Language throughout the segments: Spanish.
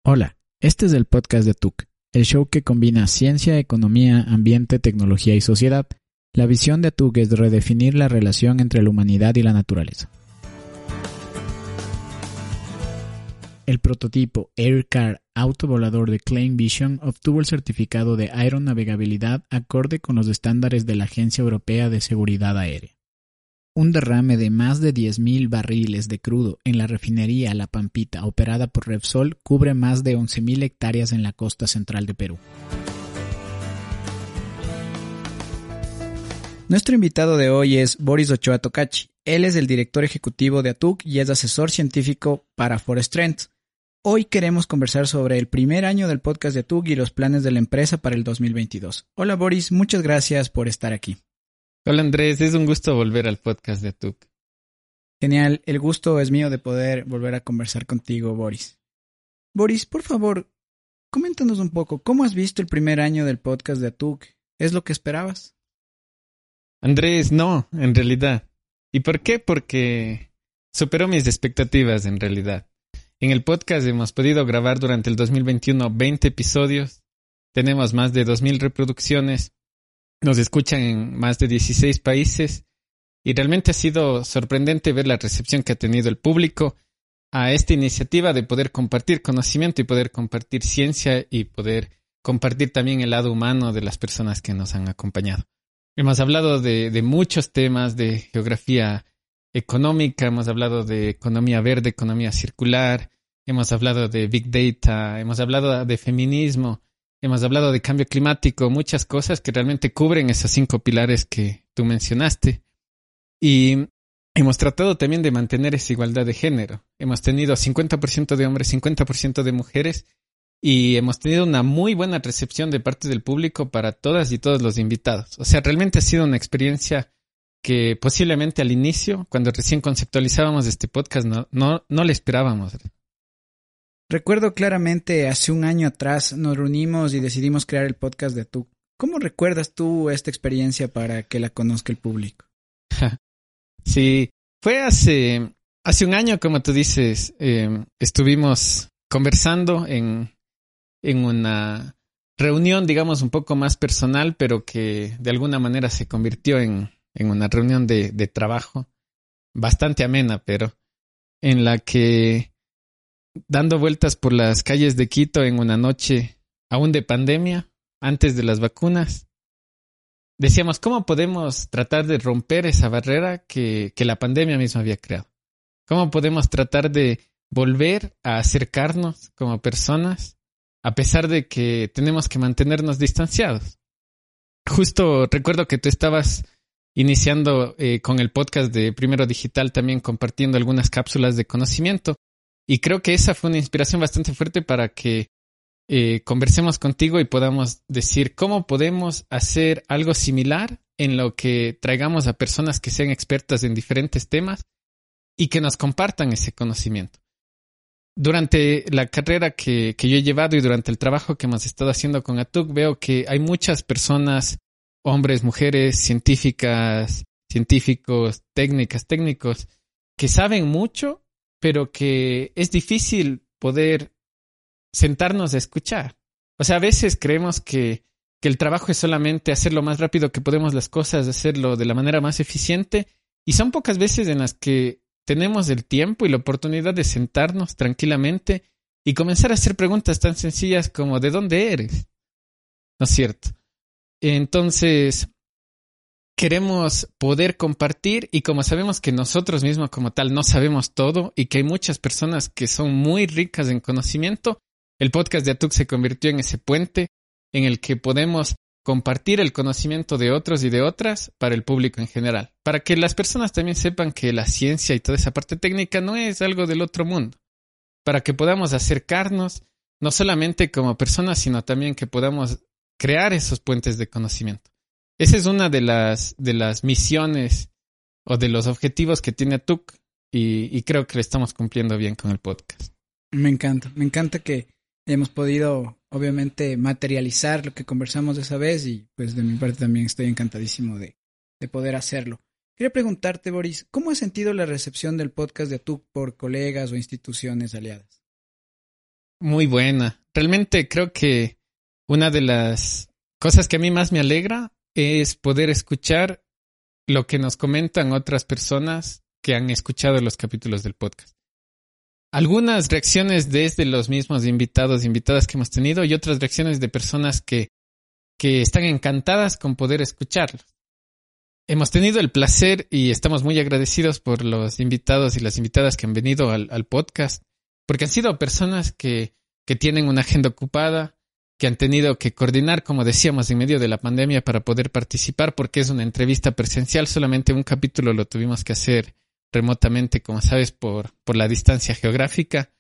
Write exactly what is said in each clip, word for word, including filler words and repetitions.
Hola, este es el podcast de T U C, el show que combina ciencia, economía, ambiente, tecnología y sociedad. La visión de T U C es redefinir la relación entre la humanidad y la naturaleza. El prototipo Aircar autovolador de Klein Vision obtuvo el certificado de aeronavegabilidad acorde con los estándares de la Agencia Europea de Seguridad Aérea. Un derrame de más de diez mil barriles de crudo en la refinería La Pampita, operada por Repsol, cubre más de once mil hectáreas en la costa central de Perú. Nuestro invitado de hoy es Boris Ochoa Tocachi. Él es el director ejecutivo de A T U C y es asesor científico para Forest Trends. Hoy queremos conversar sobre el primer año del podcast de A T U C y los planes de la empresa para el dos mil veintidós. Hola Boris, muchas gracias por estar aquí. Hola Andrés, es un gusto volver al podcast de A T U C. Genial, el gusto es mío de poder volver a conversar contigo, Boris. Boris, por favor, coméntanos un poco, ¿cómo has visto el primer año del podcast de A T U C? ¿Es lo que esperabas? Andrés, no, en realidad. ¿Y por qué? Porque superó mis expectativas en realidad. En el podcast hemos podido grabar durante el dos mil veintiuno veinte episodios, tenemos más de dos mil reproducciones, nos escuchan en más de dieciséis países y realmente ha sido sorprendente ver la recepción que ha tenido el público a esta iniciativa de poder compartir conocimiento y poder compartir ciencia y poder compartir también el lado humano de las personas que nos han acompañado. Hemos hablado de, de muchos temas de geografía económica, hemos hablado de economía verde, economía circular, hemos hablado de Big Data, hemos hablado de feminismo, hemos hablado de cambio climático, muchas cosas que realmente cubren esos cinco pilares que tú mencionaste. Y hemos tratado también de mantener esa igualdad de género. Hemos tenido cincuenta por ciento de hombres, cincuenta por ciento de mujeres y hemos tenido una muy buena recepción de parte del público para todas y todos los invitados. O sea, realmente ha sido una experiencia que posiblemente al inicio, cuando recién conceptualizábamos este podcast, no, no, no le esperábamos. Recuerdo claramente hace un año atrás nos reunimos y decidimos crear el podcast de A T U C. ¿Cómo recuerdas tú esta experiencia para que la conozca el público? Sí, fue hace, hace un año, como tú dices, eh, estuvimos conversando en, en una reunión, digamos, un poco más personal, pero que de alguna manera se convirtió en, en una reunión de, de trabajo bastante amena, pero en la que dando vueltas por las calles de Quito en una noche aún de pandemia, antes de las vacunas, decíamos, ¿cómo podemos tratar de romper esa barrera que, que la pandemia misma había creado? ¿Cómo podemos tratar de volver a acercarnos como personas a pesar de que tenemos que mantenernos distanciados? Justo recuerdo que tú estabas iniciando eh, con el podcast de Primero Digital también compartiendo algunas cápsulas de conocimiento. Y creo que esa fue una inspiración bastante fuerte para que eh, conversemos contigo y podamos decir cómo podemos hacer algo similar en lo que traigamos a personas que sean expertas en diferentes temas y que nos compartan ese conocimiento. Durante la carrera que, que yo he llevado y durante el trabajo que hemos estado haciendo con A T U C, veo que hay muchas personas, hombres, mujeres, científicas, científicos, técnicas, técnicos, que saben mucho, pero que es difícil poder sentarnos a escuchar. O sea, a veces creemos que, que el trabajo es solamente hacer lo más rápido que podemos las cosas, hacerlo de la manera más eficiente, y son pocas veces en las que tenemos el tiempo y la oportunidad de sentarnos tranquilamente y comenzar a hacer preguntas tan sencillas como ¿de dónde eres? ¿No es cierto? Entonces, queremos poder compartir y como sabemos que nosotros mismos como tal no sabemos todo y que hay muchas personas que son muy ricas en conocimiento, el podcast de A T U C se convirtió en ese puente en el que podemos compartir el conocimiento de otros y de otras para el público en general, para que las personas también sepan que la ciencia y toda esa parte técnica no es algo del otro mundo, para que podamos acercarnos no solamente como personas, sino también que podamos crear esos puentes de conocimiento. Esa es una de las, de las misiones o de los objetivos que tiene A T U C y, y creo que lo estamos cumpliendo bien con el podcast. Me encanta, me encanta que hemos podido obviamente materializar lo que conversamos esa vez y pues de mi parte también estoy encantadísimo de, de poder hacerlo. Quería preguntarte, Boris, ¿cómo has sentido la recepción del podcast de A T U C por colegas o instituciones aliadas? Muy buena. Realmente creo que una de las cosas que a mí más me alegra es poder escuchar lo que nos comentan otras personas que han escuchado los capítulos del podcast. Algunas reacciones desde los mismos invitados e invitadas que hemos tenido y otras reacciones de personas que, que están encantadas con poder escucharlos. Hemos tenido el placer y estamos muy agradecidos por los invitados y las invitadas que han venido al, al podcast, porque han sido personas que, que tienen una agenda ocupada, que han tenido que coordinar, como decíamos, en medio de la pandemia para poder participar, porque es una entrevista presencial. Solamente un capítulo lo tuvimos que hacer remotamente, como sabes, por, por la distancia geográfica.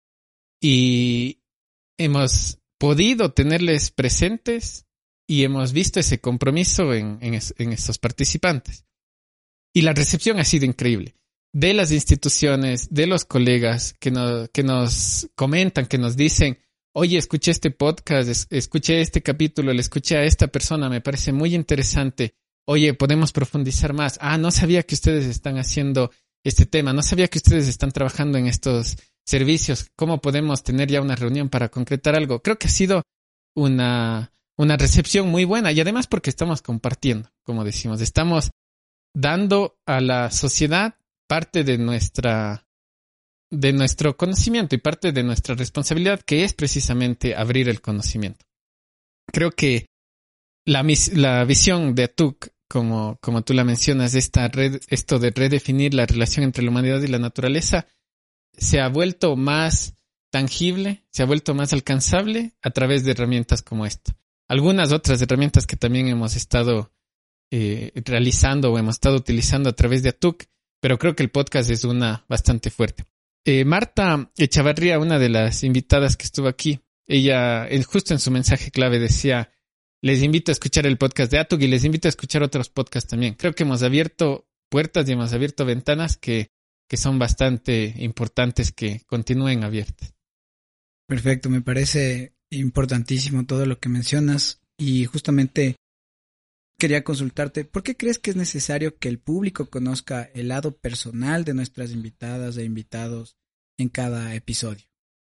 Y hemos podido tenerles presentes y hemos visto ese compromiso en, en, es, en estos participantes. Y la recepción ha sido increíble. De las instituciones, de los colegas que, no, que nos comentan, que nos dicen: oye, escuché este podcast, es, escuché este capítulo, le escuché a esta persona, me parece muy interesante. Oye, podemos profundizar más. Ah, no sabía que ustedes están haciendo este tema, no sabía que ustedes están trabajando en estos servicios. ¿Cómo podemos tener ya una reunión para concretar algo? Creo que ha sido una, una recepción muy buena y además porque estamos compartiendo, como decimos, estamos dando a la sociedad parte de nuestra de nuestro conocimiento y parte de nuestra responsabilidad, que es precisamente abrir el conocimiento. Creo que la, la visión de Atuk, como, como tú la mencionas, esta red, esto de redefinir la relación entre la humanidad y la naturaleza, se ha vuelto más tangible, se ha vuelto más alcanzable a través de herramientas como esta. Algunas otras herramientas que también hemos estado eh, realizando o hemos estado utilizando a través de Atuk, pero creo que el podcast es una bastante fuerte. Eh, Marta Echavarría, una de las invitadas que estuvo aquí, ella justo en su mensaje clave decía: les invito a escuchar el podcast de Atuk y les invito a escuchar otros podcasts también. Creo que hemos abierto puertas y hemos abierto ventanas que, que son bastante importantes que continúen abiertas. Perfecto, me parece importantísimo todo lo que mencionas y justamente quería consultarte, ¿por qué crees que es necesario que el público conozca el lado personal de nuestras invitadas e invitados en cada episodio?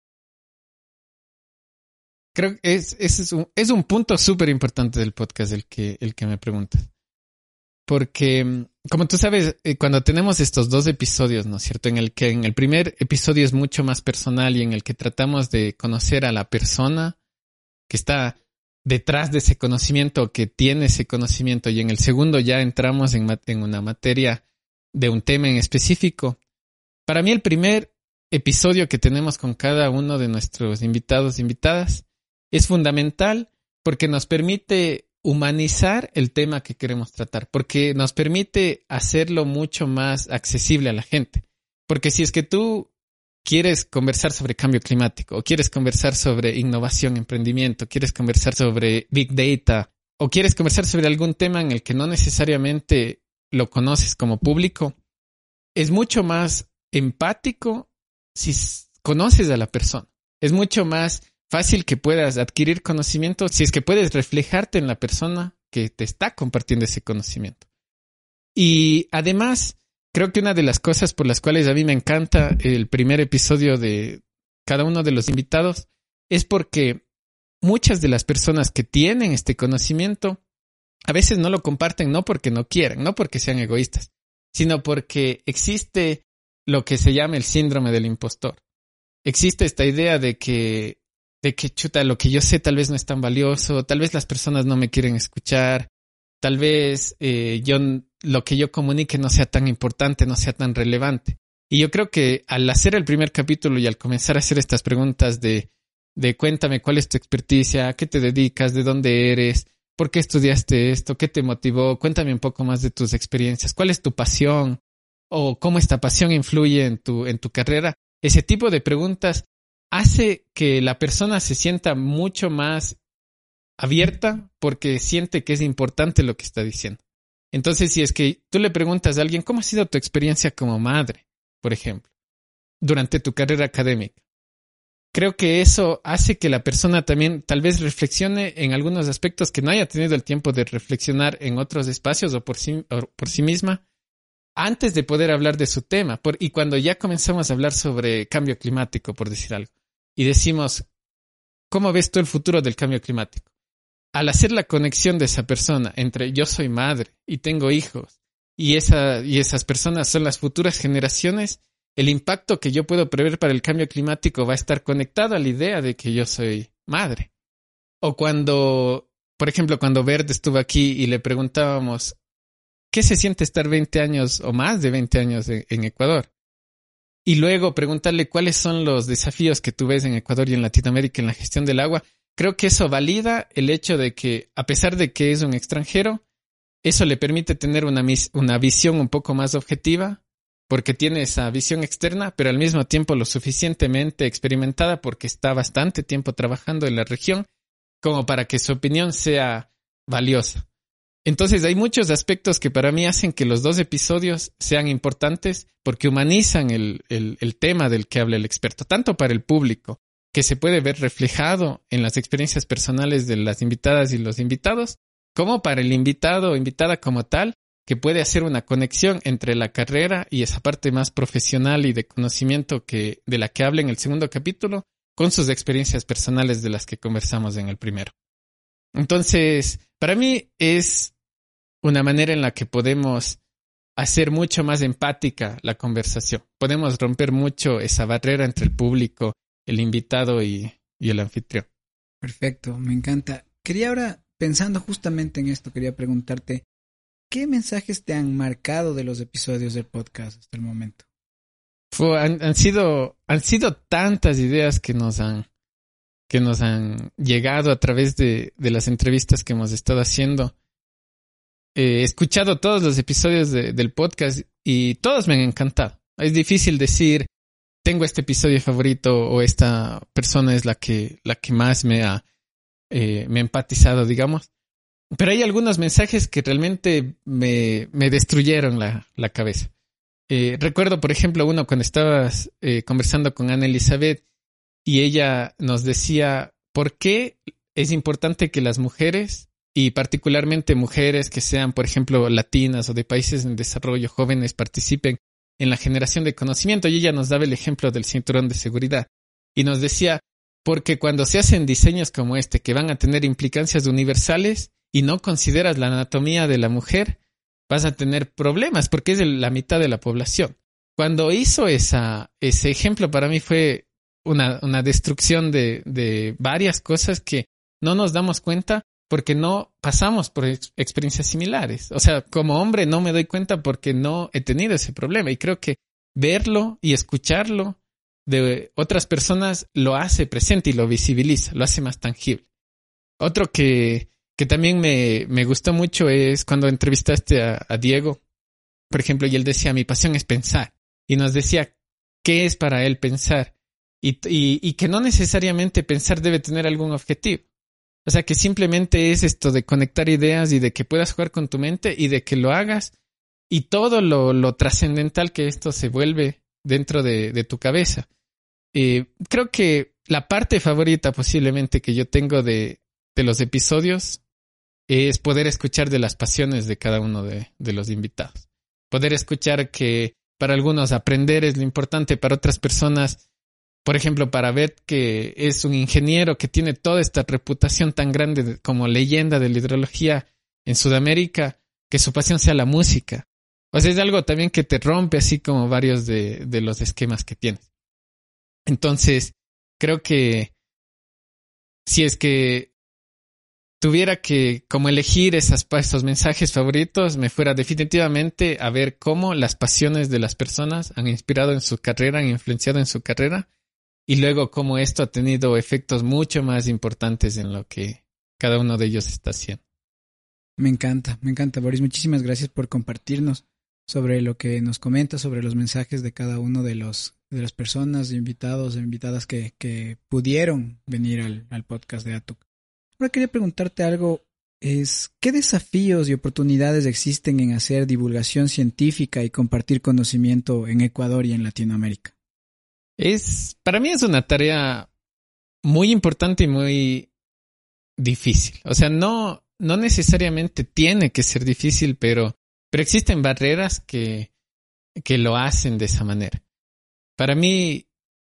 Creo que es, es, un, es un punto súper importante del podcast el que, el que me preguntas. Porque, como tú sabes, cuando tenemos estos dos episodios, ¿no es cierto? En el que en el primer episodio es mucho más personal y en el que tratamos de conocer a la persona que está detrás de ese conocimiento, que tiene ese conocimiento, y en el segundo ya entramos en, en una materia de un tema en específico. Para mí el primer episodio que tenemos con cada uno de nuestros invitados e invitadas es fundamental porque nos permite humanizar el tema que queremos tratar, porque nos permite hacerlo mucho más accesible a la gente. Porque si es que tú quieres conversar sobre cambio climático, o quieres conversar sobre innovación, emprendimiento, quieres conversar sobre Big Data, o quieres conversar sobre algún tema en el que no necesariamente lo conoces como público, es mucho más empático si conoces a la persona. Es mucho más fácil que puedas adquirir conocimiento si es que puedes reflejarte en la persona que te está compartiendo ese conocimiento. Y además, creo que una de las cosas por las cuales a mí me encanta el primer episodio de cada uno de los invitados es porque muchas de las personas que tienen este conocimiento a veces no lo comparten, no porque no quieran, no porque sean egoístas, sino porque existe lo que se llama el síndrome del impostor. Existe esta idea de que, de que chuta, lo que yo sé tal vez no es tan valioso, tal vez las personas no me quieren escuchar, tal vez eh, yo, lo que yo comunique no sea tan importante, no sea tan relevante. Y yo creo que al hacer el primer capítulo y al comenzar a hacer estas preguntas de, de cuéntame cuál es tu experticia, a qué te dedicas, de dónde eres, por qué estudiaste esto, qué te motivó, cuéntame un poco más de tus experiencias, cuál es tu pasión o cómo esta pasión influye en tu, en tu carrera. Ese tipo de preguntas hace que la persona se sienta mucho más abierta porque siente que es importante lo que está diciendo. Entonces, si es que tú le preguntas a alguien, ¿cómo ha sido tu experiencia como madre, por ejemplo, durante tu carrera académica? Creo que eso hace que la persona también tal vez reflexione en algunos aspectos que no haya tenido el tiempo de reflexionar en otros espacios o por sí, o por sí misma antes de poder hablar de su tema. Por, y cuando ya comenzamos a hablar sobre cambio climático, por decir algo, y decimos, ¿cómo ves tú el futuro del cambio climático? Al hacer la conexión de esa persona entre yo soy madre y tengo hijos y, esa, y esas personas son las futuras generaciones, el impacto que yo puedo prever para el cambio climático va a estar conectado a la idea de que yo soy madre. O cuando, por ejemplo, cuando Bert estuvo aquí y le preguntábamos ¿qué se siente estar veinte años o más de veinte años en, en Ecuador? Y luego preguntarle cuáles son los desafíos que tú ves en Ecuador y en Latinoamérica en la gestión del agua. Creo que eso valida el hecho de que, a pesar de que es un extranjero, eso le permite tener una, una visión un poco más objetiva, porque tiene esa visión externa, pero al mismo tiempo lo suficientemente experimentada porque está bastante tiempo trabajando en la región como para que su opinión sea valiosa. Entonces hay muchos aspectos que para mí hacen que los dos episodios sean importantes porque humanizan el, el, el tema del que habla el experto, tanto para el público, que se puede ver reflejado en las experiencias personales de las invitadas y los invitados, como para el invitado o invitada como tal, que puede hacer una conexión entre la carrera y esa parte más profesional y de conocimiento que, de la que habla en el segundo capítulo, con sus experiencias personales de las que conversamos en el primero. Entonces, para mí es una manera en la que podemos hacer mucho más empática la conversación. Podemos romper mucho esa barrera entre el público, el invitado y, y el anfitrión. Perfecto, me encanta. Quería ahora, pensando justamente en esto, quería preguntarte, ¿qué mensajes te han marcado de los episodios del podcast hasta el momento? Fue, han, han sido, han sido tantas ideas que nos han, que nos han llegado a través de, de las entrevistas que hemos estado haciendo. He escuchado todos los episodios de, del podcast y todos me han encantado. Es difícil decir, tengo este episodio favorito o esta persona es la que, la que más me ha, eh, me ha empatizado, digamos. Pero hay algunos mensajes que realmente me, me destruyeron la, la cabeza. Eh, recuerdo, por ejemplo, uno cuando estabas eh, conversando con Ana Elizabeth y ella nos decía, ¿por qué es importante que las mujeres, y particularmente mujeres que sean, por ejemplo, latinas o de países en desarrollo, jóvenes, participen en la generación de conocimiento? Y ella nos daba el ejemplo del cinturón de seguridad. Y nos decía, porque cuando se hacen diseños como este, que van a tener implicancias universales, y no consideras la anatomía de la mujer, vas a tener problemas, porque es de la mitad de la población. Cuando hizo esa, ese ejemplo, para mí fue una, una destrucción de, de varias cosas que no nos damos cuenta, porque no pasamos por ex- experiencias similares. O sea, como hombre no me doy cuenta porque no he tenido ese problema. Y creo que verlo y escucharlo de otras personas lo hace presente y lo visibiliza, lo hace más tangible. Otro que, que también me, me gustó mucho es cuando entrevistaste a, a Diego, por ejemplo, y él decía, mi pasión es pensar. Y nos decía, ¿qué es para él pensar? Y, y, y que no necesariamente pensar debe tener algún objetivo. O sea, que simplemente es esto de conectar ideas y de que puedas jugar con tu mente y de que lo hagas y todo lo, lo trascendental que esto se vuelve dentro de, de tu cabeza. Eh, creo que la parte favorita posiblemente que yo tengo de, de los episodios es poder escuchar de las pasiones de cada uno de, de los invitados. Poder escuchar que para algunos aprender es lo importante, para otras personas, por ejemplo, para Beth, que es un ingeniero que tiene toda esta reputación tan grande de, como leyenda de la hidrología en Sudamérica, que su pasión sea la música. O sea, es algo también que te rompe así como varios de, de los esquemas que tienes. Entonces, creo que si es que tuviera que como elegir esas, esos mensajes favoritos, me fuera definitivamente a ver cómo las pasiones de las personas han inspirado en su carrera, han influenciado en su carrera, y luego cómo esto ha tenido efectos mucho más importantes en lo que cada uno de ellos está haciendo. Me encanta, me encanta, Boris. Muchísimas gracias por compartirnos sobre lo que nos comentas, sobre los mensajes de cada uno de los de las personas, invitados e invitadas que, que pudieron venir al, al podcast de A T U C. Ahora quería preguntarte algo, es ¿qué desafíos y oportunidades existen en hacer divulgación científica y compartir conocimiento en Ecuador y en Latinoamérica? Es, para mí es una tarea muy importante y muy difícil. O sea, no, no necesariamente tiene que ser difícil, pero, pero existen barreras que, que lo hacen de esa manera. Para mí,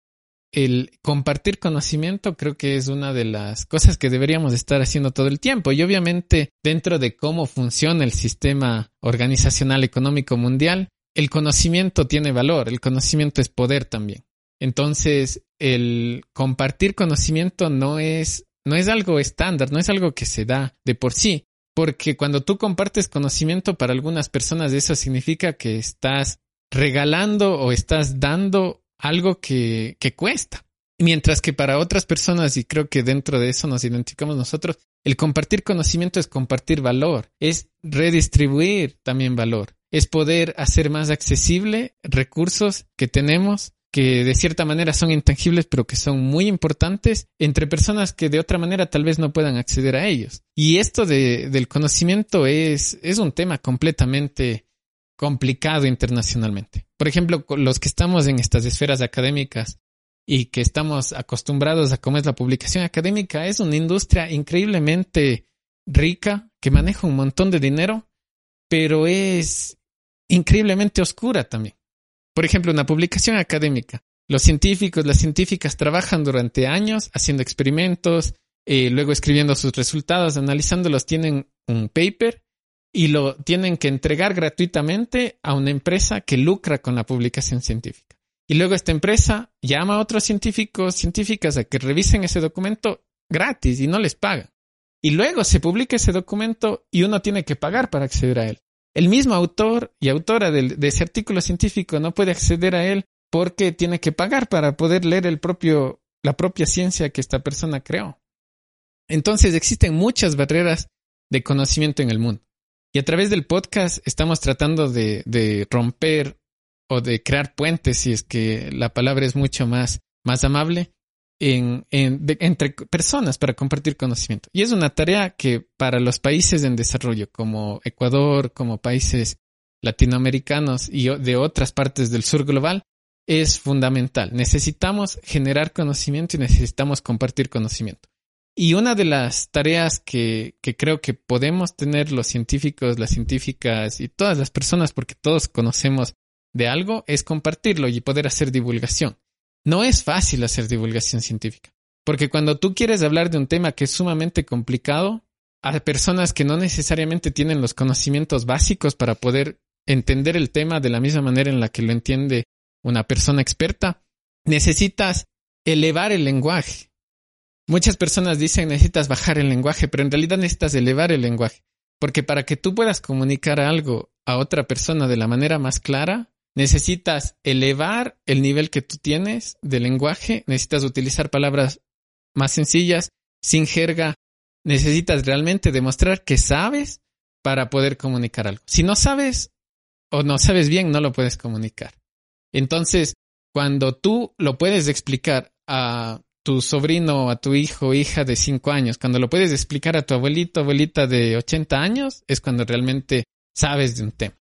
el compartir conocimiento creo que es una de las cosas que deberíamos estar haciendo todo el tiempo. Y obviamente, dentro de cómo funciona el sistema organizacional económico mundial, el conocimiento tiene valor, el conocimiento es poder también. Entonces, el compartir conocimiento no es, no es algo estándar, no es algo que se da de por sí. Porque cuando tú compartes conocimiento, para algunas personas eso significa que estás regalando o estás dando algo que, que cuesta. Mientras que para otras personas, y creo que dentro de eso nos identificamos nosotros, el compartir conocimiento es compartir valor, es redistribuir también valor, es poder hacer más accesible recursos que tenemos, que de cierta manera son intangibles, pero que son muy importantes entre personas que de otra manera tal vez no puedan acceder a ellos. Y esto de, del conocimiento es, es un tema completamente complicado internacionalmente. Por ejemplo, los que estamos en estas esferas académicas y que estamos acostumbrados a cómo es la publicación académica, es una industria increíblemente rica que maneja un montón de dinero, pero es increíblemente oscura también. Por ejemplo, una publicación académica. Los científicos, las científicas trabajan durante años haciendo experimentos, eh, luego escribiendo sus resultados, analizándolos, tienen un paper y lo tienen que entregar gratuitamente a una empresa que lucra con la publicación científica. Y luego esta empresa llama a otros científicos, científicas a que revisen ese documento gratis y no les pagan. Y luego se publica ese documento y uno tiene que pagar para acceder a él. El mismo autor y autora de, de ese artículo científico no puede acceder a él porque tiene que pagar para poder leer el propio, la propia ciencia que esta persona creó. Entonces existen muchas barreras de conocimiento en el mundo. Y a través del podcast estamos tratando de, de romper o de crear puentes, si es que la palabra es mucho más, más amable, en, en, de, entre personas para compartir conocimiento. Y es una tarea que para los países en desarrollo, como Ecuador, como países latinoamericanos y de otras partes del sur global, es fundamental. Necesitamos generar conocimiento y necesitamos compartir conocimiento. Y una de las tareas que, que creo que podemos tener los científicos, las científicas y todas las personas, porque todos conocemos de algo, es compartirlo y poder hacer divulgación. No es fácil hacer divulgación científica, porque cuando tú quieres hablar de un tema que es sumamente complicado, a personas que no necesariamente tienen los conocimientos básicos para poder entender el tema de la misma manera en la que lo entiende una persona experta, necesitas elevar el lenguaje. Muchas personas dicen necesitas bajar el lenguaje, pero en realidad necesitas elevar el lenguaje, porque para que tú puedas comunicar algo a otra persona de la manera más clara, necesitas elevar el nivel que tú tienes de lenguaje, necesitas utilizar palabras más sencillas, sin jerga, necesitas realmente demostrar que sabes para poder comunicar algo. Si no sabes o no sabes bien, no lo puedes comunicar. Entonces, cuando tú lo puedes explicar a tu sobrino, a tu hijo o hija de cinco años, cuando lo puedes explicar a tu abuelito, abuelita de ochenta años, es cuando realmente sabes de un tema.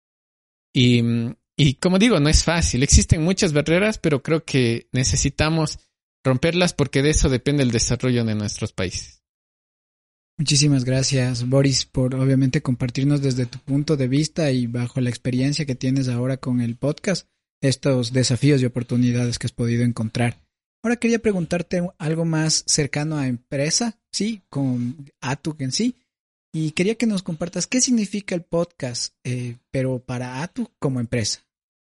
Y, y como digo, no es fácil. Existen muchas barreras, pero creo que necesitamos romperlas porque de eso depende el desarrollo de nuestros países. Muchísimas gracias, Boris, por obviamente compartirnos desde tu punto de vista y bajo la experiencia que tienes ahora con el podcast, estos desafíos y oportunidades que has podido encontrar. Ahora quería preguntarte algo más cercano a empresa, sí, con Atug en sí, y quería que nos compartas qué significa el podcast, eh, pero para Atug como empresa.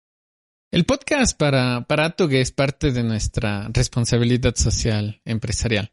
El podcast para, para Atug es parte de nuestra responsabilidad social empresarial.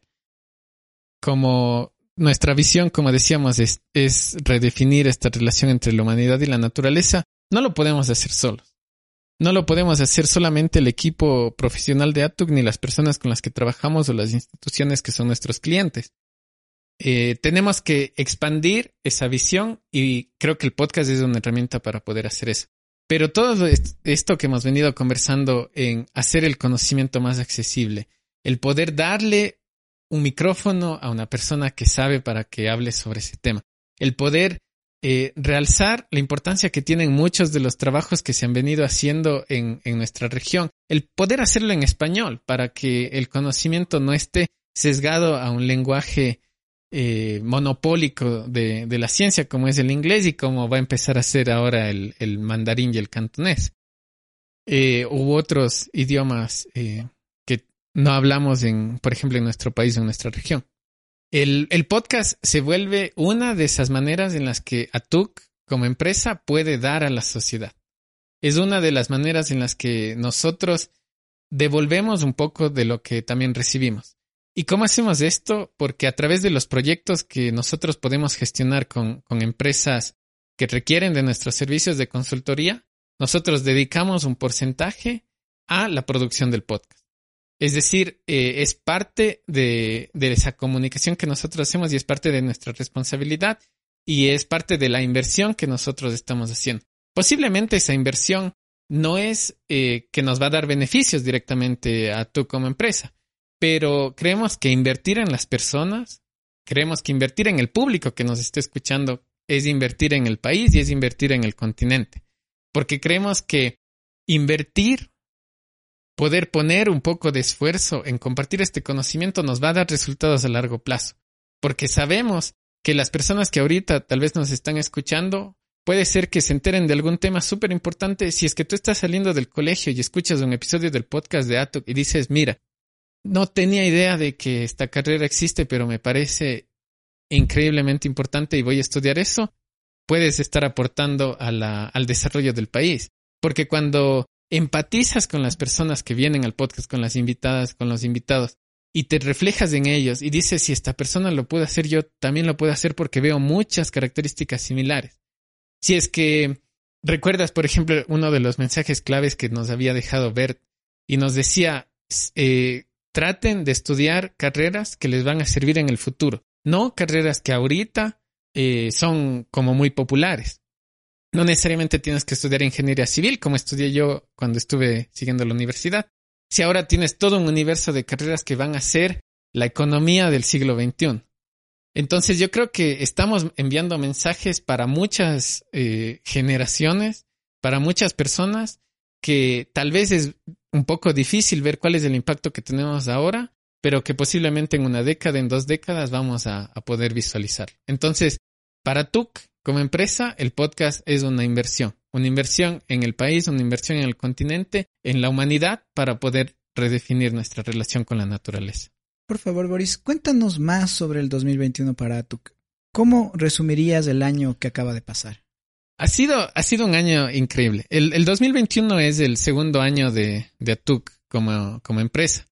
Como nuestra visión, como decíamos, es, es redefinir esta relación entre la humanidad y la naturaleza, no lo podemos hacer solos. No lo podemos hacer solamente el equipo profesional de Atug ni las personas con las que trabajamos o las instituciones que son nuestros clientes. Eh, tenemos que expandir esa visión y creo que el podcast es una herramienta para poder hacer eso. Pero todo esto que hemos venido conversando en hacer el conocimiento más accesible, el poder darle un micrófono a una persona que sabe para que hable sobre ese tema, el poder Eh, realzar la importancia que tienen muchos de los trabajos que se han venido haciendo en, en nuestra región. El poder hacerlo en español para que el conocimiento no esté sesgado a un lenguaje eh, monopólico de, de la ciencia como es el inglés y como va a empezar a ser ahora el, el mandarín y el cantonés. Eh, u otros idiomas eh, que no hablamos en, por ejemplo, en nuestro país o en nuestra región. El, el podcast se vuelve una de esas maneras en las que Atuk como empresa puede dar a la sociedad. Es una de las maneras en las que nosotros devolvemos un poco de lo que también recibimos. ¿Y cómo hacemos esto? Porque a través de los proyectos que nosotros podemos gestionar con, con empresas que requieren de nuestros servicios de consultoría, nosotros dedicamos un porcentaje a la producción del podcast. Es decir, eh, es parte de, de esa comunicación que nosotros hacemos y es parte de nuestra responsabilidad y es parte de la inversión que nosotros estamos haciendo. Posiblemente esa inversión no es eh, que nos va a dar beneficios directamente a tú como empresa, pero creemos que invertir en las personas, creemos que invertir en el público que nos esté escuchando es invertir en el país y es invertir en el continente. Porque creemos que invertir, poder poner un poco de esfuerzo en compartir este conocimiento nos va a dar resultados a largo plazo. Porque sabemos que las personas que ahorita tal vez nos están escuchando, puede ser que se enteren de algún tema súper importante. Si es que tú estás saliendo del colegio y escuchas un episodio del podcast de Atuk y dices, mira, no tenía idea de que esta carrera existe, pero me parece increíblemente importante y voy a estudiar eso, puedes estar aportando a la, al desarrollo del país. Porque cuando empatizas con las personas que vienen al podcast, con las invitadas, con los invitados, y te reflejas en ellos y dices, si esta persona lo puede hacer, yo también lo puedo hacer porque veo muchas características similares. Si es que recuerdas, por ejemplo, uno de los mensajes claves que nos había dejado Bert y nos decía, eh, traten de estudiar carreras que les van a servir en el futuro, no carreras que ahorita eh, son como muy populares. No necesariamente tienes que estudiar ingeniería civil, como estudié yo cuando estuve siguiendo la universidad. Si ahora tienes todo un universo de carreras que van a ser la economía del siglo veintiuno. Entonces yo creo que estamos enviando mensajes para muchas eh, generaciones, para muchas personas, que tal vez es un poco difícil ver cuál es el impacto que tenemos ahora, pero que posiblemente en una década, en dos décadas vamos a, a poder visualizar. Entonces, para Tuk, como empresa, el podcast es una inversión. Una inversión en el país, una inversión en el continente, en la humanidad, para poder redefinir nuestra relación con la naturaleza. Por favor, Boris, cuéntanos más sobre el dos mil veintiuno para Atuk. ¿Cómo resumirías el año que acaba de pasar? Ha sido, ha sido un año increíble. El, el dos mil veintiuno es el segundo año de, de Atuk como, como empresa.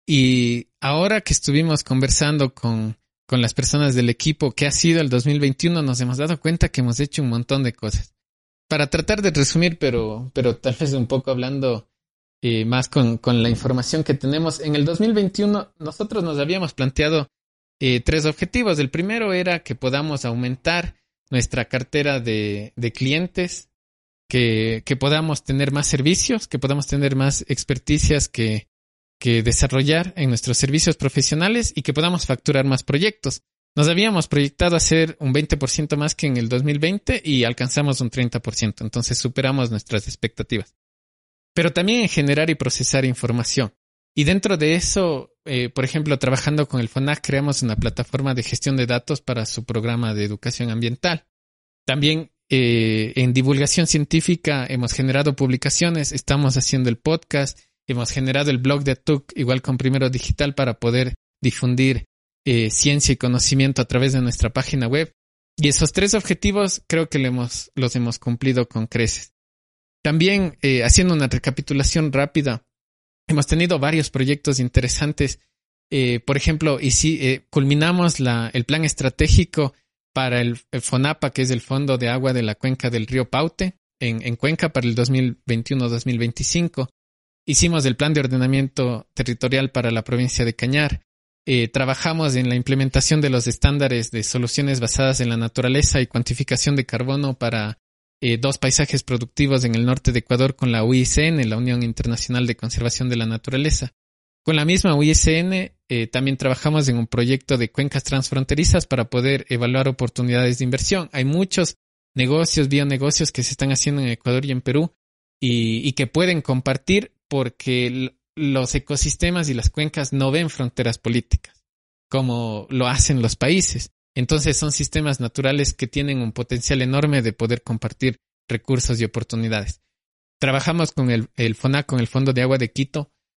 Y ahora que estuvimos conversando con, con las personas del equipo que ha sido el dos mil veintiuno, nos hemos dado cuenta que hemos hecho un montón de cosas. Para tratar de resumir, pero, pero tal vez un poco hablando eh, más con, con la información que tenemos, en el dos mil veintiuno nosotros nos habíamos planteado eh, tres objetivos. El primero era que podamos aumentar nuestra cartera de, de clientes, que, que podamos tener más servicios, que podamos tener más experticias que, que desarrollar en nuestros servicios profesionales y que podamos facturar más proyectos. Nos habíamos proyectado hacer un veinte por ciento más que en el dos mil veinte y alcanzamos un treinta por ciento, entonces superamos nuestras expectativas. Pero también en generar y procesar información. Y dentro de eso, eh, por ejemplo, trabajando con el FONAC, creamos una plataforma de gestión de datos para su programa de educación ambiental. También eh, en divulgación científica hemos generado publicaciones, estamos haciendo el podcast, hemos generado el blog de Atuk, igual con Primero Digital, para poder difundir eh, ciencia y conocimiento a través de nuestra página web. Y esos tres objetivos creo que lo hemos, los hemos cumplido con creces. También, eh, haciendo una recapitulación rápida, hemos tenido varios proyectos interesantes. Eh, por ejemplo, y si eh, culminamos la, el plan estratégico para el, el FONAPA, que es el Fondo de Agua de la Cuenca del Río Paute, en, en Cuenca para el dos mil veintiuno a dos mil veinticinco. Hicimos el plan de ordenamiento territorial para la provincia de Cañar. Eh, trabajamos en la implementación de los estándares de soluciones basadas en la naturaleza y cuantificación de carbono para eh, dos paisajes productivos en el norte de Ecuador con la U I C N, la Unión Internacional de Conservación de la Naturaleza. Con la misma U I C N eh, también trabajamos en un proyecto de cuencas transfronterizas para poder evaluar oportunidades de inversión. Hay muchos negocios, bionegocios que se están haciendo en Ecuador y en Perú y, y que pueden compartir porque los ecosistemas y las cuencas no ven fronteras políticas como lo hacen los países. Entonces son sistemas naturales que tienen un potencial enorme de poder compartir recursos y oportunidades. Trabajamos con el, el FONAC, con el Fondo de Agua de Quito,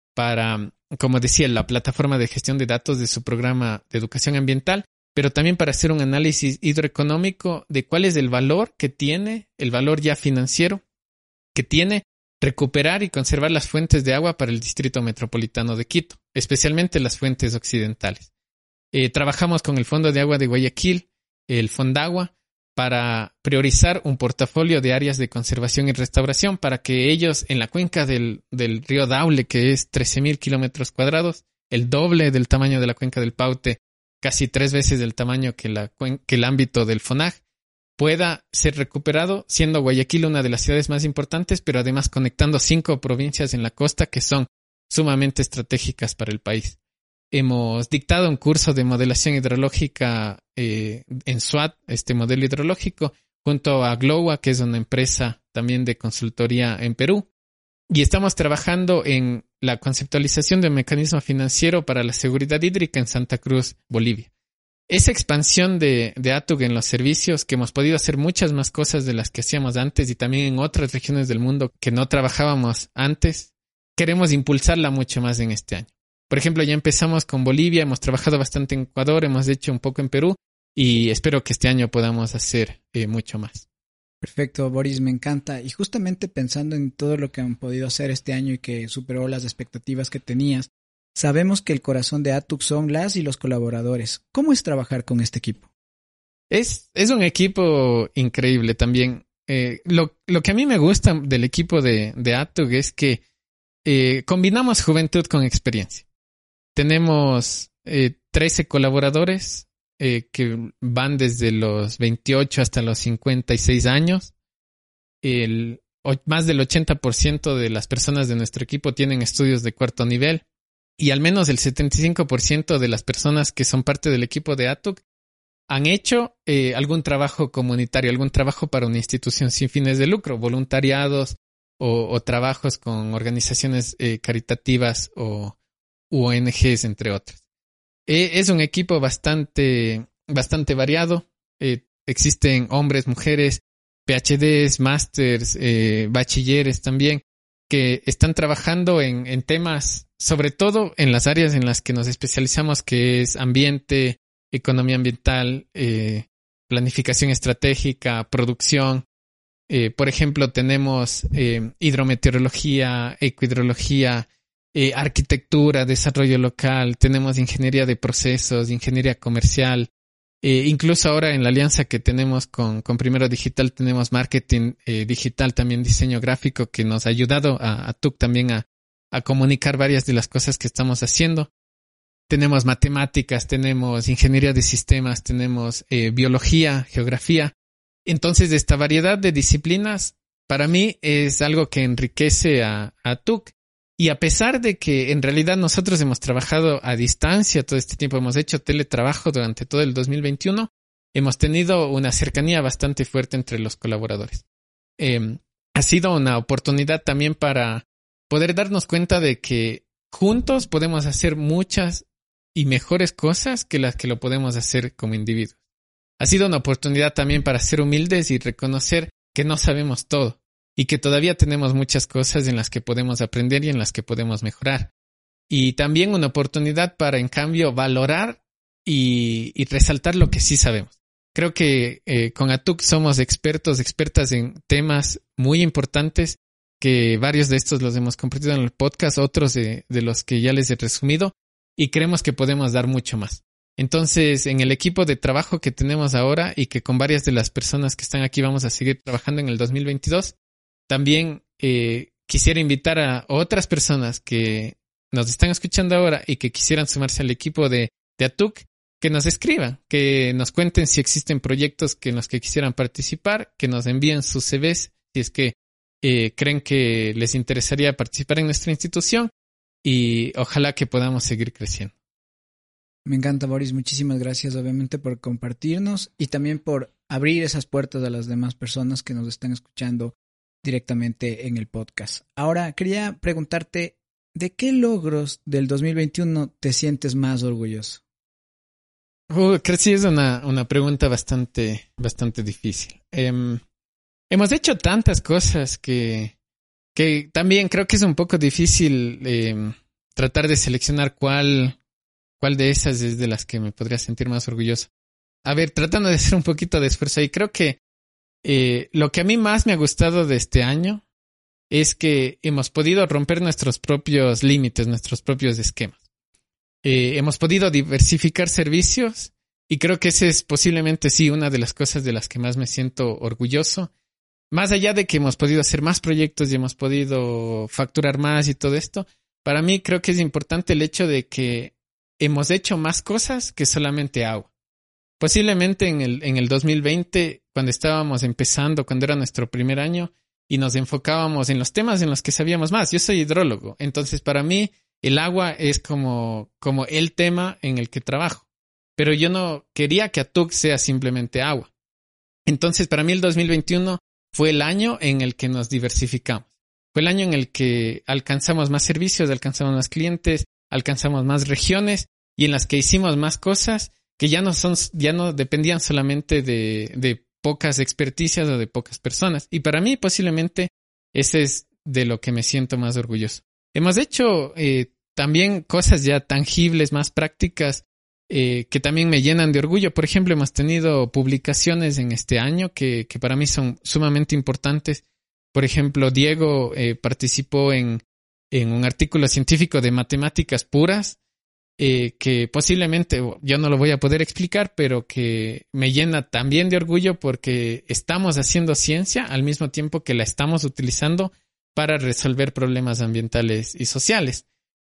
para, como decía, la plataforma de gestión de datos de su programa de educación ambiental, pero también para hacer un análisis hidroeconómico de cuál es el valor que tiene, el valor ya financiero que tiene recuperar y conservar las fuentes de agua para el Distrito Metropolitano de Quito, especialmente las fuentes occidentales. Eh, trabajamos con el Fondo de Agua de Guayaquil, el Fondagua, para priorizar un portafolio de áreas de conservación y restauración para que ellos en la cuenca del, del río Daule, que es trece mil kilómetros cuadrados, el doble del tamaño de la cuenca del Paute, casi tres veces del tamaño que, la, que el ámbito del FONAG, pueda ser recuperado, siendo Guayaquil una de las ciudades más importantes, pero además conectando cinco provincias en la costa que son sumamente estratégicas para el país. Hemos dictado un curso de modelación hidrológica eh, en SWAT, este modelo hidrológico, junto a Glowa, que es una empresa también de consultoría en Perú. Y estamos trabajando en la conceptualización de un mecanismo financiero para la seguridad hídrica en Santa Cruz, Bolivia. Esa expansión de, de A T U G en los servicios, que hemos podido hacer muchas más cosas de las que hacíamos antes y también en otras regiones del mundo que no trabajábamos antes, queremos impulsarla mucho más en este año. Por ejemplo, ya empezamos con Bolivia, hemos trabajado bastante en Ecuador, hemos hecho un poco en Perú y espero que este año podamos hacer eh, mucho más. Perfecto, Boris, me encanta. Y justamente pensando en todo lo que han podido hacer este año y que superó las expectativas que tenías, sabemos que el corazón de A T U C son las y los colaboradores. ¿Cómo es trabajar con este equipo? Es, es un equipo increíble también. Eh, lo, lo que a mí me gusta del equipo de, de A T U C es que eh, combinamos juventud con experiencia. Tenemos eh, trece colaboradores eh, que van desde los veintiocho hasta los cincuenta y seis años. El, o, más del ochenta por ciento de las personas de nuestro equipo tienen estudios de cuarto nivel. Y al menos el setenta y cinco por ciento de las personas que son parte del equipo de A T U C han hecho eh, algún trabajo comunitario, algún trabajo para una institución sin fines de lucro, voluntariados o, o trabajos con organizaciones eh, caritativas o u O N Ges, entre otras. Eh, es un equipo bastante, bastante variado. Eh, existen hombres, mujeres, P H Ds, másters, eh, bachilleres también, que están trabajando en, en temas, sobre todo en las áreas en las que nos especializamos, que es ambiente, economía ambiental, eh, planificación estratégica, producción. Eh, por ejemplo, tenemos eh, hidrometeorología, ecohidrología, eh, arquitectura, desarrollo local, tenemos ingeniería de procesos, ingeniería comercial. Eh, incluso ahora en la alianza que tenemos con, con Primero Digital tenemos marketing eh, digital, también diseño gráfico, que nos ha ayudado a, a T U C también a, a comunicar varias de las cosas que estamos haciendo. Tenemos matemáticas, tenemos ingeniería de sistemas, tenemos eh, biología, geografía. Entonces, esta variedad de disciplinas para mí es algo que enriquece a, a T U C. Y a pesar de que en realidad nosotros hemos trabajado a distancia todo este tiempo, hemos hecho teletrabajo durante todo el dos mil veintiuno, hemos tenido una cercanía bastante fuerte entre los colaboradores. Eh, ha sido una oportunidad también para poder darnos cuenta de que juntos podemos hacer muchas y mejores cosas que las que lo podemos hacer como individuos. Ha sido una oportunidad también para ser humildes y reconocer que no sabemos todo. Y que todavía tenemos muchas cosas en las que podemos aprender y en las que podemos mejorar. Y también una oportunidad para, en cambio, valorar y, y resaltar lo que sí sabemos. Creo que eh, con A T U C somos expertos, expertas en temas muy importantes, que varios de estos los hemos compartido en el podcast, otros de, de los que ya les he resumido, y creemos que podemos dar mucho más. Entonces, en el equipo de trabajo que tenemos ahora y que con varias de las personas que están aquí vamos a seguir trabajando en el dos mil veintidós, también eh, quisiera invitar a otras personas que nos están escuchando ahora y que quisieran sumarse al equipo de, de A T U C, que nos escriban, que nos cuenten si existen proyectos que en los que quisieran participar, que nos envíen sus C Vs si es que eh, creen que les interesaría participar en nuestra institución y ojalá que podamos seguir creciendo. Me encanta, Boris. Muchísimas gracias, obviamente, por compartirnos y también por abrir esas puertas a las demás personas que nos están escuchando directamente en el podcast. Ahora, quería preguntarte, ¿de qué logros del dos mil veintiuno te sientes más orgulloso? Uh, creo que sí es una, una pregunta bastante, bastante difícil. Eh, hemos hecho tantas cosas que, que también creo que es un poco difícil eh, tratar de seleccionar cuál, cuál de esas es de las que me podría sentir más orgulloso. A ver, tratando de hacer un poquito de esfuerzo ahí, creo que eh, lo que a mí más me ha gustado de este año es que hemos podido romper nuestros propios límites, nuestros propios esquemas. Eh, hemos podido diversificar servicios y creo que esa es posiblemente sí una de las cosas de las que más me siento orgulloso. Más allá de que hemos podido hacer más proyectos y hemos podido facturar más y todo esto, para mí creo que es importante el hecho de que hemos hecho más cosas que solamente agua. Posiblemente en el, en el dos mil veinte, cuando estábamos empezando, cuando era nuestro primer año, y nos enfocábamos en los temas en los que sabíamos más. Yo soy hidrólogo, entonces para mí el agua es como, como el tema en el que trabajo. Pero yo no quería que Atuk sea simplemente agua. Entonces para mí el dos mil veintiuno fue el año en el que nos diversificamos. Fue el año en el que alcanzamos más servicios, alcanzamos más clientes, alcanzamos más regiones y en las que hicimos más cosas que ya no son, ya no dependían solamente de, de pocas experticias o de pocas personas. Y para mí posiblemente ese es de lo que me siento más orgulloso. Hemos hecho eh, también cosas ya tangibles, más prácticas, eh, que también me llenan de orgullo. Por ejemplo, hemos tenido publicaciones en este año que, que para mí son sumamente importantes. Por ejemplo, Diego eh, participó en, en un artículo científico de matemáticas puras, eh, que posiblemente yo no lo voy a poder explicar, pero que me llena también de orgullo porque estamos haciendo ciencia al mismo tiempo que la estamos utilizando para resolver problemas ambientales y sociales.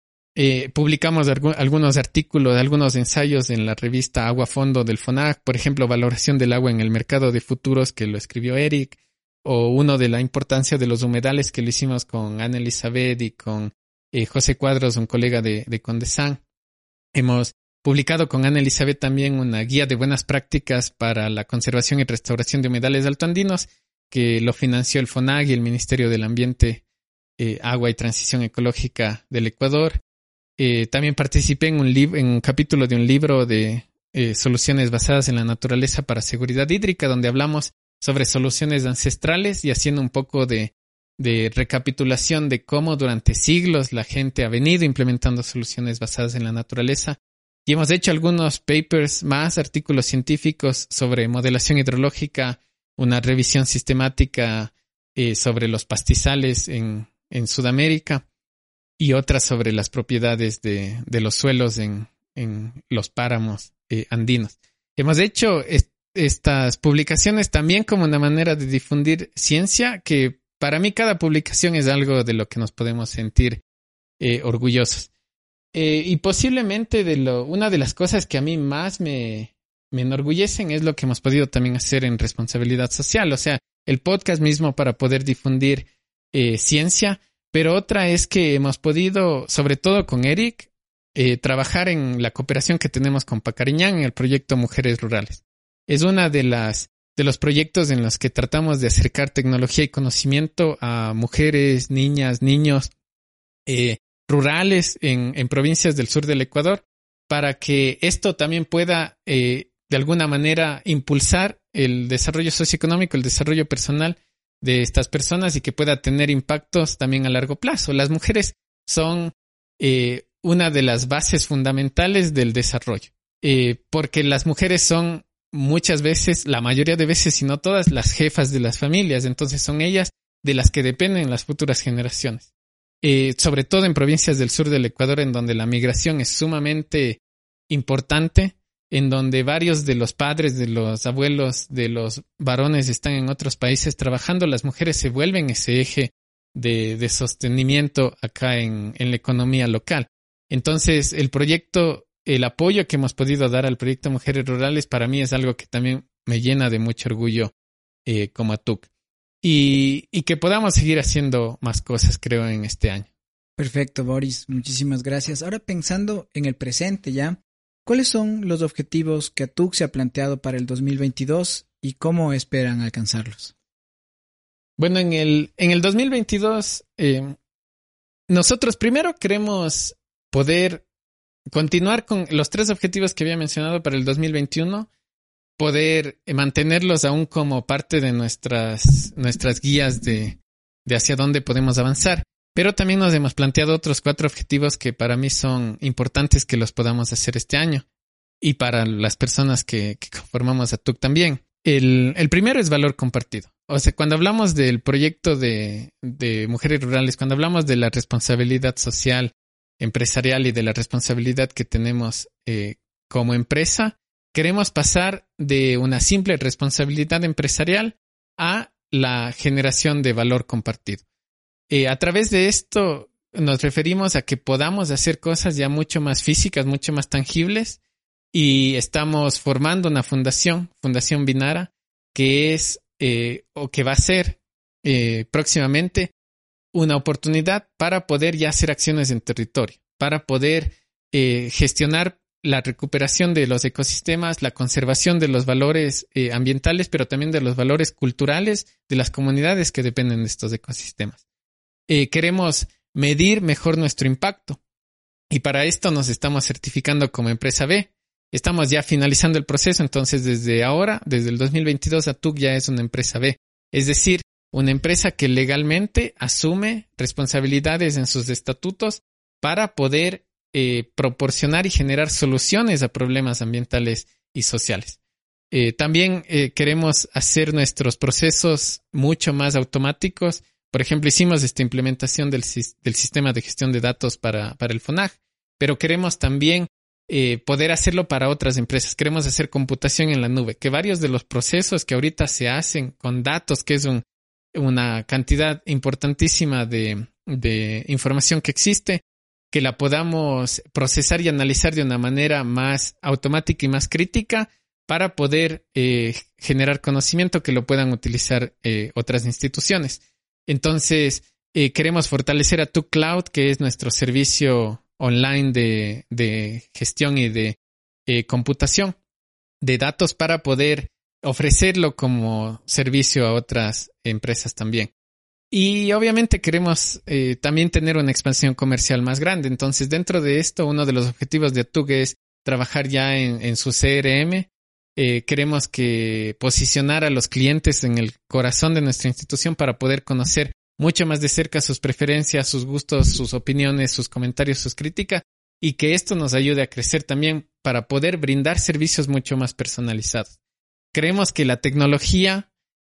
Eh, publicamos algu- algunos artículos, algunos ensayos en la revista Agua Fondo del FONAC, por ejemplo, valoración del agua en el mercado de futuros, que lo escribió Eric, o uno de la importancia de los humedales, que lo hicimos con Ana Elizabeth y con eh, José Cuadros, un colega de, de Condesán. Hemos publicado con Ana Elizabeth también una guía de buenas prácticas para la conservación y restauración de humedales altoandinos, que lo financió el FONAC y el Ministerio del Ambiente, eh, Agua y Transición Ecológica del Ecuador. Eh, también participé en un, lib- en un capítulo de un libro de eh, soluciones basadas en la naturaleza para seguridad hídrica, donde hablamos sobre soluciones ancestrales y haciendo un poco de, de recapitulación de cómo durante siglos la gente ha venido implementando soluciones basadas en la naturaleza. Y hemos hecho algunos papers más, artículos científicos sobre modelación hidrológica, una revisión sistemática eh, sobre los pastizales en, en Sudamérica y otras sobre las propiedades de, de los suelos en, en los páramos eh, andinos. Hemos hecho est- estas publicaciones también como una manera de difundir ciencia, que para mí cada publicación es algo de lo que nos podemos sentir eh, orgullosos. Eh, y posiblemente de lo, una de las cosas que a mí más me, me enorgullecen es lo que hemos podido también hacer en responsabilidad social, o sea, el podcast mismo para poder difundir eh, ciencia, pero otra es que hemos podido, sobre todo con Eric, eh, trabajar en la cooperación que tenemos con Pacariñán en el proyecto Mujeres Rurales. Es una de las de los proyectos en los que tratamos de acercar tecnología y conocimiento a mujeres, niñas, niños eh, rurales en, en provincias del sur del Ecuador, para que esto también pueda eh, de alguna manera impulsar el desarrollo socioeconómico, el desarrollo personal de estas personas y que pueda tener impactos también a largo plazo. Las mujeres son eh, una de las bases fundamentales del desarrollo, eh, porque las mujeres son muchas veces, la mayoría de veces, si no todas, las jefas de las familias. Entonces son ellas de las que dependen las futuras generaciones. Eh, sobre todo en provincias del sur del Ecuador, en donde la migración es sumamente importante, en donde varios de los padres, de los abuelos, de los varones están en otros países trabajando, las mujeres se vuelven ese eje de, de sostenimiento acá en, en la economía local. Entonces, el proyecto, el apoyo que hemos podido dar al proyecto Mujeres Rurales, para mí es algo que también me llena de mucho orgullo eh, como Atuk. Y, y que podamos seguir haciendo más cosas, creo, en este año. Perfecto, Boris. Muchísimas gracias. Ahora pensando en el presente ya, ¿cuáles son los objetivos que Atuk se ha planteado para el dos mil veintidós y cómo esperan alcanzarlos? Bueno, en el, en el dos mil veintidós, eh, nosotros primero queremos poder continuar con los tres objetivos que había mencionado para el dos mil veintiuno, poder mantenerlos aún como parte de nuestras, nuestras guías de, de hacia dónde podemos avanzar. Pero también nos hemos planteado otros cuatro objetivos que para mí son importantes que los podamos hacer este año y para las personas que, que conformamos A T U C también. El, el primero es valor compartido. O sea, cuando hablamos del proyecto de, de mujeres rurales, cuando hablamos de la responsabilidad social, empresarial y de la responsabilidad que tenemos eh, como empresa, queremos pasar de una simple responsabilidad empresarial a la generación de valor compartido. Eh, a través de esto nos referimos a que podamos hacer cosas ya mucho más físicas, mucho más tangibles, y estamos formando una fundación, Fundación Binara, que es eh, o que va a ser eh, próximamente una oportunidad para poder ya hacer acciones en territorio, para poder eh, gestionar la recuperación de los ecosistemas, la conservación de los valores eh, ambientales, pero también de los valores culturales de las comunidades que dependen de estos ecosistemas. Eh, queremos medir mejor nuestro impacto y para esto nos estamos certificando como empresa B. Estamos ya finalizando el proceso, entonces desde ahora, desde el dos mil veintidós, A T U C ya es una empresa B. Es decir, una empresa que legalmente asume responsabilidades en sus estatutos para poder eh, proporcionar y generar soluciones a problemas ambientales y sociales. Eh, también eh, queremos hacer nuestros procesos mucho más automáticos. Por ejemplo, hicimos esta implementación del, del sistema de gestión de datos para, para el FONAG, pero queremos también eh, poder hacerlo para otras empresas. Queremos hacer computación en la nube, que varios de los procesos que ahorita se hacen con datos, que es un, una cantidad importantísima de, de información que existe, que la podamos procesar y analizar de una manera más automática y más crítica para poder eh, generar conocimiento que lo puedan utilizar eh, otras instituciones. Entonces, eh, queremos fortalecer a T U C Cloud, que es nuestro servicio online de, de gestión y de eh, computación de datos para poder ofrecerlo como servicio a otras empresas también. Y obviamente queremos eh, también tener una expansión comercial más grande. Entonces, dentro de esto, uno de los objetivos de A T U C es trabajar ya en, en su C R M. Eh, queremos que posicionar a los clientes en el corazón de nuestra institución para poder conocer mucho más de cerca sus preferencias, sus gustos, sus opiniones, sus comentarios, sus críticas, y que esto nos ayude a crecer también para poder brindar servicios mucho más personalizados. Creemos que la tecnología,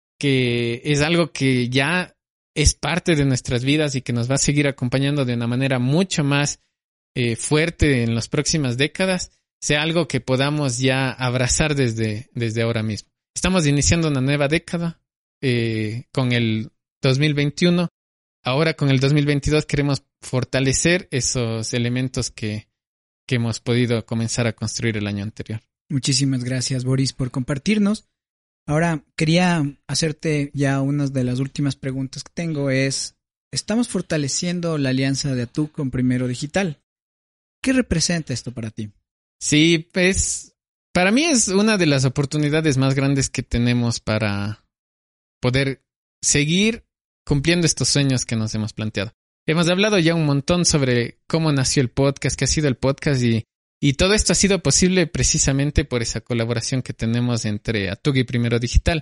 que es algo que ya es parte de nuestras vidas y que nos va a seguir acompañando de una manera mucho más eh, fuerte en las próximas décadas, sea algo que podamos ya abrazar desde, desde ahora mismo. Estamos iniciando una nueva década eh, con el dos mil veintiuno. Ahora con el dos mil veintidós queremos fortalecer esos elementos que, que hemos podido comenzar a construir el año anterior. Muchísimas gracias, Boris, por compartirnos. Ahora, quería hacerte ya una de las últimas preguntas que tengo es, estamos fortaleciendo la alianza de A T U C con Primero Digital. ¿Qué representa esto para ti? Sí, pues para mí es una de las oportunidades más grandes que tenemos para poder seguir cumpliendo estos sueños que nos hemos planteado. Hemos hablado ya un montón sobre cómo nació el podcast, qué ha sido el podcast y, y todo esto ha sido posible precisamente por esa colaboración que tenemos entre A T U C y Primero Digital.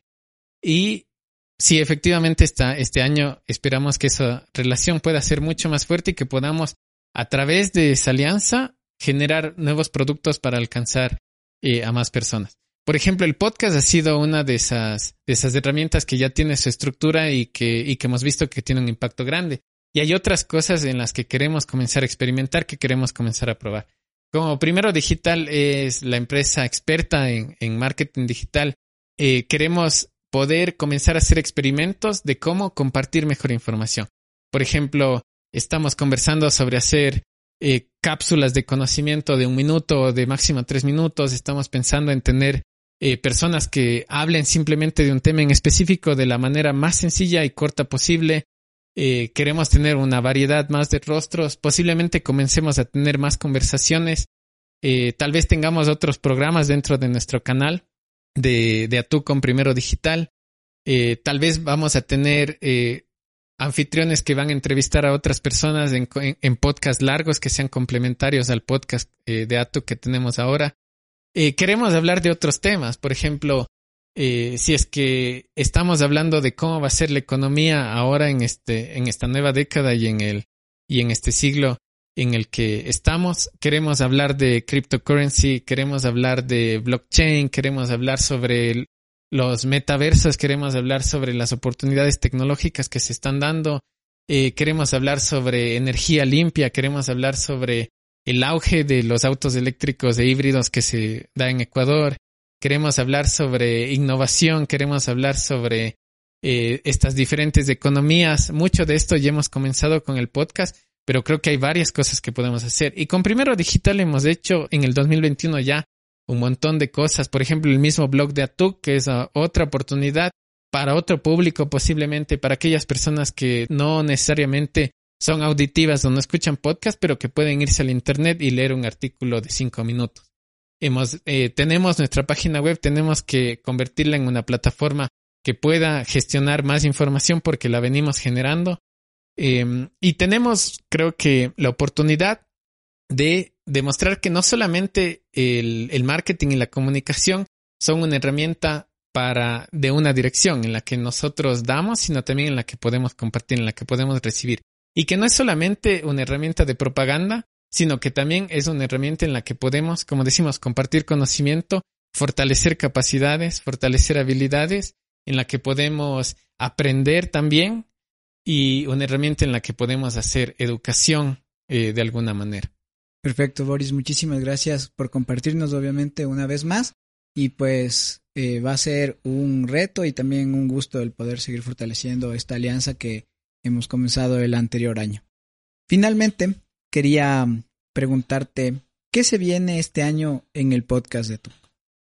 Y sí, efectivamente está, este año esperamos que esa relación pueda ser mucho más fuerte y que podamos a través de esa alianza generar nuevos productos para alcanzar eh, a más personas. Por ejemplo, el podcast ha sido una de esas, de esas herramientas que ya tiene su estructura y que, y que hemos visto que tiene un impacto grande. Y hay otras cosas en las que queremos comenzar a experimentar, que queremos comenzar a probar. Como Primero Digital es la empresa experta en, en marketing digital, eh, queremos poder comenzar a hacer experimentos de cómo compartir mejor información. Por ejemplo, estamos conversando sobre hacer Eh, cápsulas de conocimiento de un minuto o de máximo tres minutos. Estamos pensando en tener eh, personas que hablen simplemente de un tema en específico de la manera más sencilla y corta posible. Eh, queremos tener una variedad más de rostros. Posiblemente comencemos a tener más conversaciones. Eh, tal vez tengamos otros programas dentro de nuestro canal de, de A T U C con Primero Digital. Eh, tal vez vamos a tener eh, anfitriones que van a entrevistar a otras personas en, en, en podcasts largos que sean complementarios al podcast eh, de A T U C que tenemos ahora. Eh, queremos hablar de otros temas. Por ejemplo, eh, si es que estamos hablando de cómo va a ser la economía ahora en este en esta nueva década y en el y en este siglo en el que estamos. Queremos hablar de cryptocurrency, queremos hablar de blockchain, queremos hablar sobre el, los metaversos, queremos hablar sobre las oportunidades tecnológicas que se están dando, eh, queremos hablar sobre energía limpia, queremos hablar sobre el auge de los autos eléctricos e híbridos que se da en Ecuador, queremos hablar sobre innovación, queremos hablar sobre eh, estas diferentes economías. Mucho de esto ya hemos comenzado con el podcast, pero creo que hay varias cosas que podemos hacer. Y con Primero Digital hemos hecho en el dos mil veintiuno ya un montón de cosas. Por ejemplo, el mismo blog de Atuk, que es uh, otra oportunidad para otro público, posiblemente para aquellas personas que no necesariamente son auditivas o no escuchan podcast, pero que pueden irse al internet y leer un artículo de cinco minutos. Hemos, eh, tenemos nuestra página web, tenemos que convertirla en una plataforma que pueda gestionar más información porque la venimos generando. Eh, y tenemos, creo que, la oportunidad de demostrar que no solamente el, el marketing y la comunicación son una herramienta para de una dirección en la que nosotros damos, sino también en la que podemos compartir, en la que podemos recibir. Y que no es solamente una herramienta de propaganda, sino que también es una herramienta en la que podemos, como decimos, compartir conocimiento, fortalecer capacidades, fortalecer habilidades, en la que podemos aprender también, y una herramienta en la que podemos hacer educación eh, de alguna manera. Perfecto, Boris. Muchísimas gracias por compartirnos, obviamente, una vez más. Y pues eh, va a ser un reto y también un gusto el poder seguir fortaleciendo esta alianza que hemos comenzado el anterior año. Finalmente, quería preguntarte, ¿qué se viene este año en el podcast de Atuk?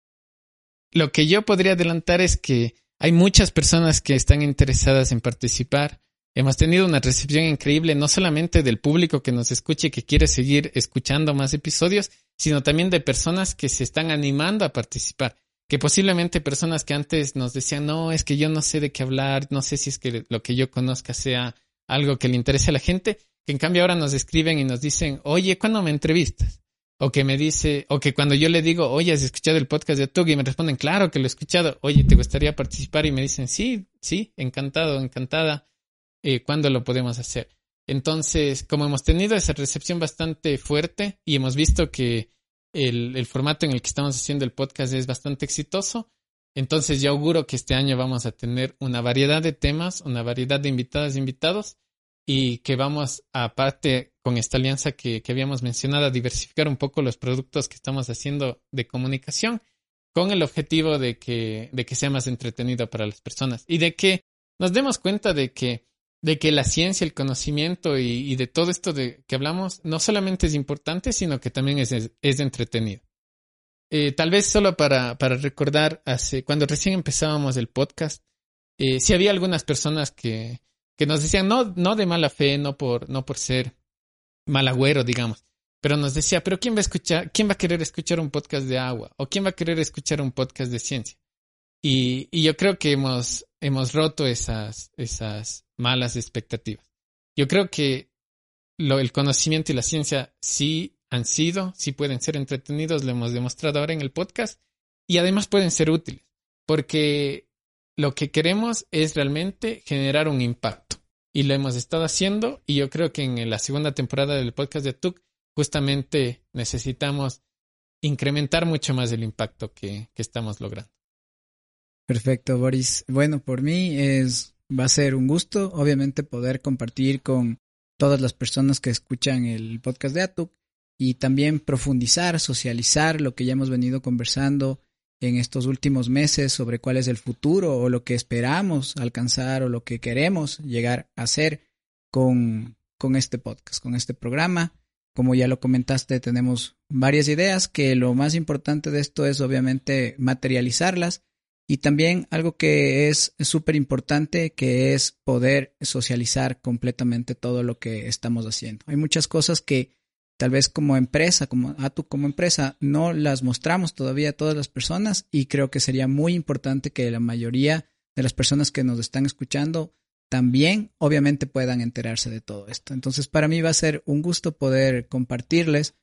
Lo que yo podría adelantar es que hay muchas personas que están interesadas en participar. Hemos tenido una recepción increíble, no solamente del público que nos escucha y que quiere seguir escuchando más episodios, sino también de personas que se están animando a participar. Que posiblemente personas que antes nos decían, no, es que yo no sé de qué hablar, no sé si es que lo que yo conozca sea algo que le interese a la gente, que en cambio ahora nos escriben y nos dicen, oye, ¿cuándo me entrevistas? O que me dice, o que cuando yo le digo, oye, ¿has escuchado el podcast de Atuk? Y me responden, claro que lo he escuchado. Oye, ¿te gustaría participar? Y me dicen, sí, sí, encantado, encantada. Eh, ¿Cuándo lo podemos hacer? Entonces, como hemos tenido esa recepción bastante fuerte y hemos visto que el, el formato en el que estamos haciendo el podcast es bastante exitoso, entonces yo auguro que este año vamos a tener una variedad de temas, una variedad de invitadas e invitados, y que vamos, aparte con esta alianza que, que habíamos mencionado, a diversificar un poco los productos que estamos haciendo de comunicación con el objetivo de que, de que sea más entretenido para las personas y de que nos demos cuenta de que de que la ciencia, el conocimiento y, y de todo esto de que hablamos no solamente es importante, sino que también es, es, es entretenido. Eh, tal vez solo para, para recordar, hace, cuando recién empezábamos el podcast, eh, sí había algunas personas que, que nos decían, no, no de mala fe, no por, no por ser mal agüero, digamos, pero nos decía, pero ¿quién va a escuchar, quién va a querer escuchar un podcast de agua? ¿O quién va a querer escuchar un podcast de ciencia? Y, y yo creo que hemos, hemos roto esas, esas malas expectativas. Yo creo que lo, el conocimiento y la ciencia sí han sido, sí pueden ser entretenidos, lo hemos demostrado ahora en el podcast, y además pueden ser útiles, porque lo que queremos es realmente generar un impacto, y lo hemos estado haciendo, y yo creo que en la segunda temporada del podcast de Atuk justamente necesitamos incrementar mucho más el impacto que, que estamos logrando. Perfecto, Boris. Bueno, por mí es va a ser un gusto, obviamente, poder compartir con todas las personas que escuchan el podcast de Atuk y también profundizar, socializar lo que ya hemos venido conversando en estos últimos meses sobre cuál es el futuro o lo que esperamos alcanzar o lo que queremos llegar a hacer con, con este podcast, con este programa. Como ya lo comentaste, tenemos varias ideas que lo más importante de esto es obviamente materializarlas. Y también algo que es súper importante, que es poder socializar completamente todo lo que estamos haciendo. Hay muchas cosas que tal vez como empresa, como Atuk como empresa, no las mostramos todavía a todas las personas y creo que sería muy importante que la mayoría de las personas que nos están escuchando también obviamente puedan enterarse de todo esto. Entonces para mí va a ser un gusto poder compartirles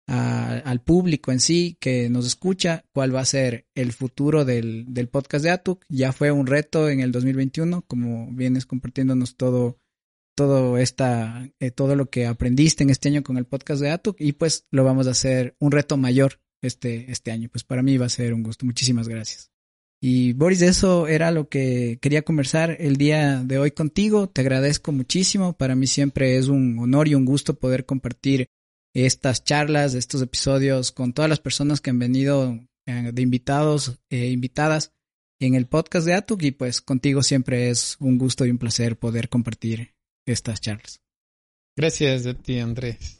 A, al público en sí que nos escucha cuál va a ser el futuro del, del podcast de Atuk. Ya fue un reto en el dos mil veintiuno, como vienes compartiéndonos todo todo esta, eh, todo lo que aprendiste en este año con el podcast de Atuk, y pues lo vamos a hacer un reto mayor este, este año. Pues para mí va a ser un gusto. Muchísimas gracias. Y Boris, eso era lo que quería conversar el día de hoy contigo. Te agradezco muchísimo. Para mí siempre es un honor y un gusto poder compartir estas charlas, estos episodios con todas las personas que han venido eh, de invitados e eh, invitadas en el podcast de Atuk, y pues contigo siempre es un gusto y un placer poder compartir estas charlas. Gracias a ti, Andrés.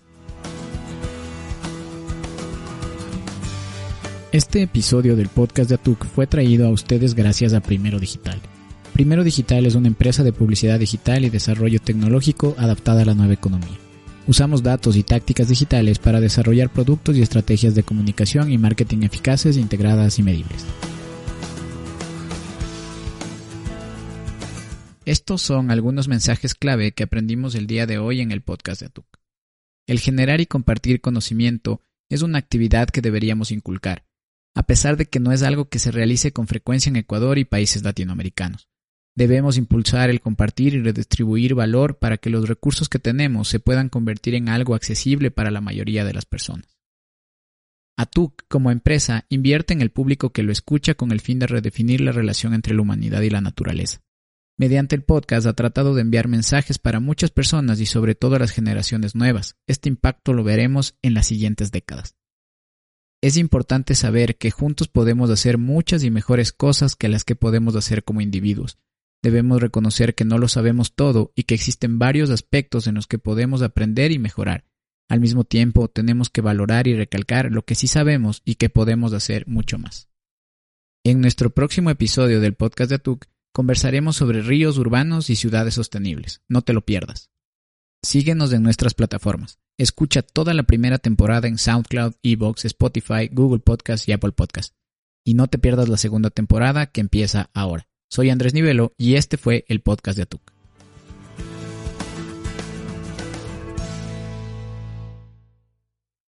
Este episodio del podcast de Atuk fue traído a ustedes gracias a Primero Digital. Primero Digital es una empresa de publicidad digital y desarrollo tecnológico adaptada a la nueva economía. Usamos datos y tácticas digitales para desarrollar productos y estrategias de comunicación y marketing eficaces, integradas y medibles. Estos son algunos mensajes clave que aprendimos el día de hoy en el podcast de Atuk. El generar y compartir conocimiento es una actividad que deberíamos inculcar, a pesar de que no es algo que se realice con frecuencia en Ecuador y países latinoamericanos. Debemos impulsar el compartir y redistribuir valor para que los recursos que tenemos se puedan convertir en algo accesible para la mayoría de las personas. Atuk, como empresa, invierte en el público que lo escucha con el fin de redefinir la relación entre la humanidad y la naturaleza. Mediante el podcast ha tratado de enviar mensajes para muchas personas y sobre todo a las generaciones nuevas. Este impacto lo veremos en las siguientes décadas. Es importante saber que juntos podemos hacer muchas y mejores cosas que las que podemos hacer como individuos. Debemos reconocer que no lo sabemos todo y que existen varios aspectos en los que podemos aprender y mejorar. Al mismo tiempo, tenemos que valorar y recalcar lo que sí sabemos y que podemos hacer mucho más. En nuestro próximo episodio del podcast de Atuk, conversaremos sobre ríos urbanos y ciudades sostenibles. No te lo pierdas. Síguenos en nuestras plataformas. Escucha toda la primera temporada en SoundCloud, iVoox, Spotify, Google Podcast y Apple Podcast. Y no te pierdas la segunda temporada que empieza ahora. Soy Andrés Nivelo y este fue el podcast de Atuk.